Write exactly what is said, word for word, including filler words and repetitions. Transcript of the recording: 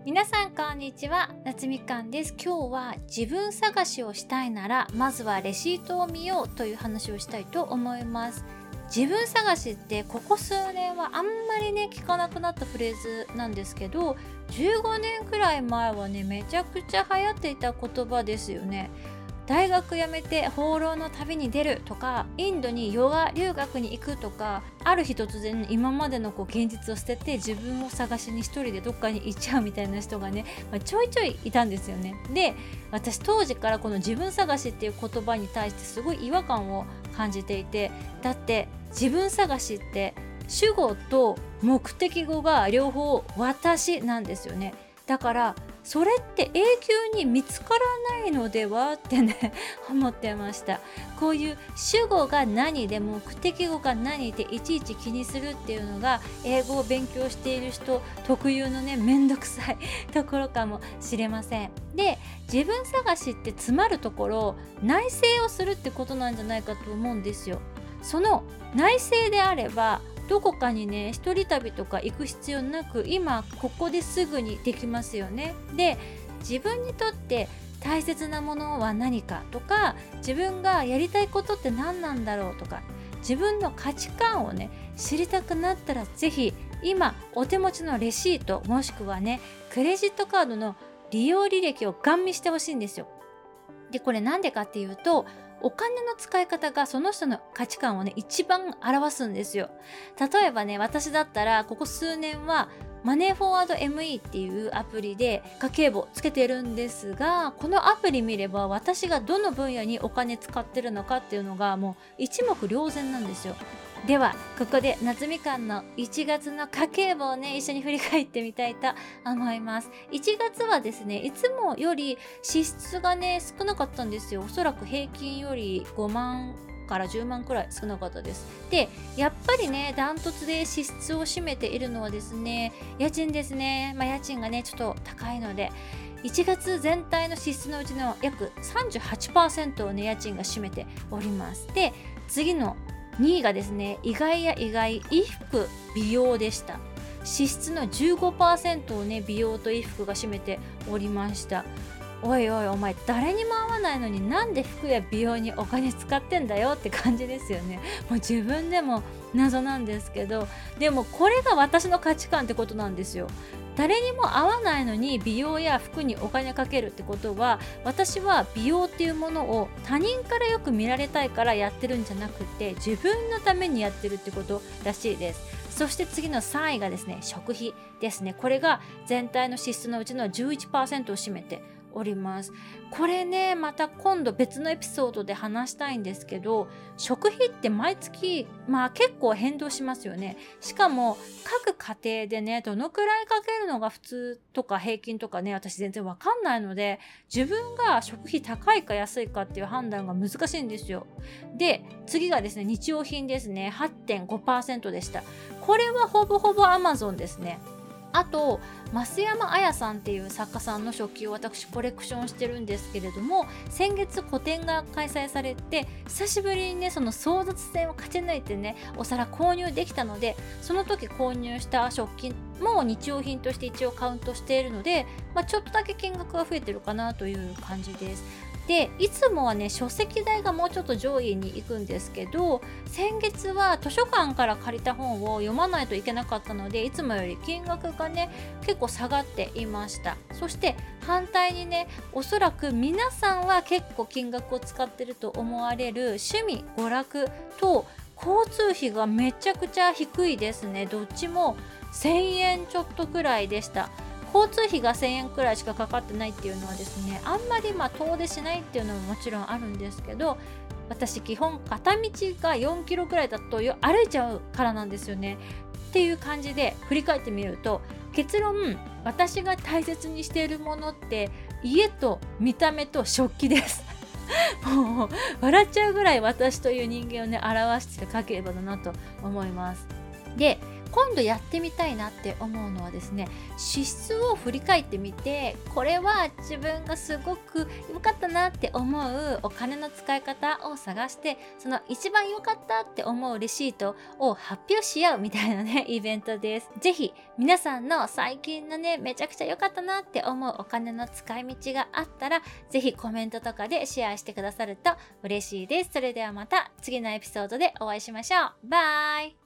皆さんこんにちは、夏みかんです。今日は自分探しをしたいならまずはレシートを見ようという話をしたいと思います。自分探しってここ数年はあんまりね聞かなくなったフレーズなんですけど、じゅうごねんくらい前はねめちゃくちゃ流行っていた言葉ですよね。大学辞めて放浪の旅に出るとか、インドにヨガ留学に行くとか、ある日突然今までのこう現実を捨てて自分を探しに一人でどっかに行っちゃうみたいな人がね、まあ、ちょいちょいいたんですよね。で、私当時からこの自分探しっていう言葉に対してすごい違和感を感じていて、だって自分探しって主語と目的語が両方私なんですよね。だからそれって永久に見つからないのではってね思ってました。こういう主語が何で目的語が何でいちいち気にするっていうのが英語を勉強している人特有のねめんどくさいところかもしれません。で、自分探しって詰まるところ内省をするってことなんじゃないかと思うんですよ。その内省であればどこかにね一人旅とか行く必要なく今ここですぐにできますよね。で、自分にとって大切なものは何かとか、自分がやりたいことって何なんだろうとか、自分の価値観をね知りたくなったらぜひ今お手持ちのレシートもしくはねクレジットカードの利用履歴をガン見してほしいんですよ。で、これなんでかっていうと、お金の使い方がその人の価値観をね一番表すんですよ。例えばね、私だったらここ数年はマネーフォワード エムイー っていうアプリで家計簿つけてるんですが、このアプリ見れば私がどの分野にお金使ってるのかっていうのがもう一目瞭然なんですよ。ではここで夏みかんのいちがつの家計簿をね一緒に振り返ってみたいと思います。いちがつはですね、いつもより支出がね少なかったんですよ。おそらく平均よりごまんからじゅうまんくらい少なかったです。で、やっぱりねダントツで支出を占めているのはですね、家賃ですね。まあ家賃がねちょっと高いので、いちがつ全体の支出のうちの約 さんじゅうはちパーセント をね家賃が占めております。で、次のにいがですね、意外や意外衣服美容でした。支出の じゅうごパーセント をね美容と衣服が占めておりました。おいおいお前誰にも合わないのになんで服や美容にお金使ってんだよって感じですよね。もう自分でも謎なんですけど、でもこれが私の価値観ってことなんですよ。誰にも合わないのに美容や服にお金かけるってことは、私は美容っていうものを他人からよく見られたいからやってるんじゃなくて、自分のためにやってるってことらしいです。そして次のさんいがですね、食費ですね。これが全体の支出のうちの じゅういちパーセント を占めております。これねまた今度別のエピソードで話したいんですけど、食費って毎月まあ結構変動しますよね。しかも各家庭でねどのくらいかけるのが普通とか平均とかね私全然わかんないので、自分が食費高いか安いかっていう判断が難しいんですよ。で、次がですね日用品ですね。 はってんごパーセント でした。これはほぼほぼ アマゾン ですね。あと増山彩さんっていう作家さんの食器を私コレクションしてるんですけれども、先月個展が開催されて久しぶりにねその争奪戦を勝ち抜いてねお皿購入できたので、その時購入した食器も日用品として一応カウントしているので、まあ、ちょっとだけ金額が増えてるかなという感じです。で、いつもはね書籍代がもうちょっと上位に行くんですけど、先月は図書館から借りた本を読まないといけなかったので、いつもより金額がね結構下がっていました。そして反対にね、おそらく皆さんは結構金額を使ってると思われる趣味娯楽と交通費がめちゃくちゃ低いですね。どっちもせんえんちょっとくらいでした。交通費がせんえんくらいしかかかってないっていうのはですね、あんまりまあ遠出しないっていうのももちろんあるんですけど、私基本片道がよんキロくらいだと歩いちゃうからなんですよね。っていう感じで振り返ってみると、結論私が大切にしているものって家と見た目と食器ですもう笑っちゃうぐらい私という人間をね表してる家計簿だなと思います。で、 今度やってみたいなって思うのはですね、支出を振り返ってみて、これは自分がすごく良かったなって思うお金の使い方を探して、その一番良かったって思うレシートを発表し合うみたいなね、イベントです。ぜひ皆さんの最近のね、めちゃくちゃ良かったなって思うお金の使い道があったら、ぜひコメントとかでシェアしてくださると嬉しいです。それではまた次のエピソードでお会いしましょう。バイ。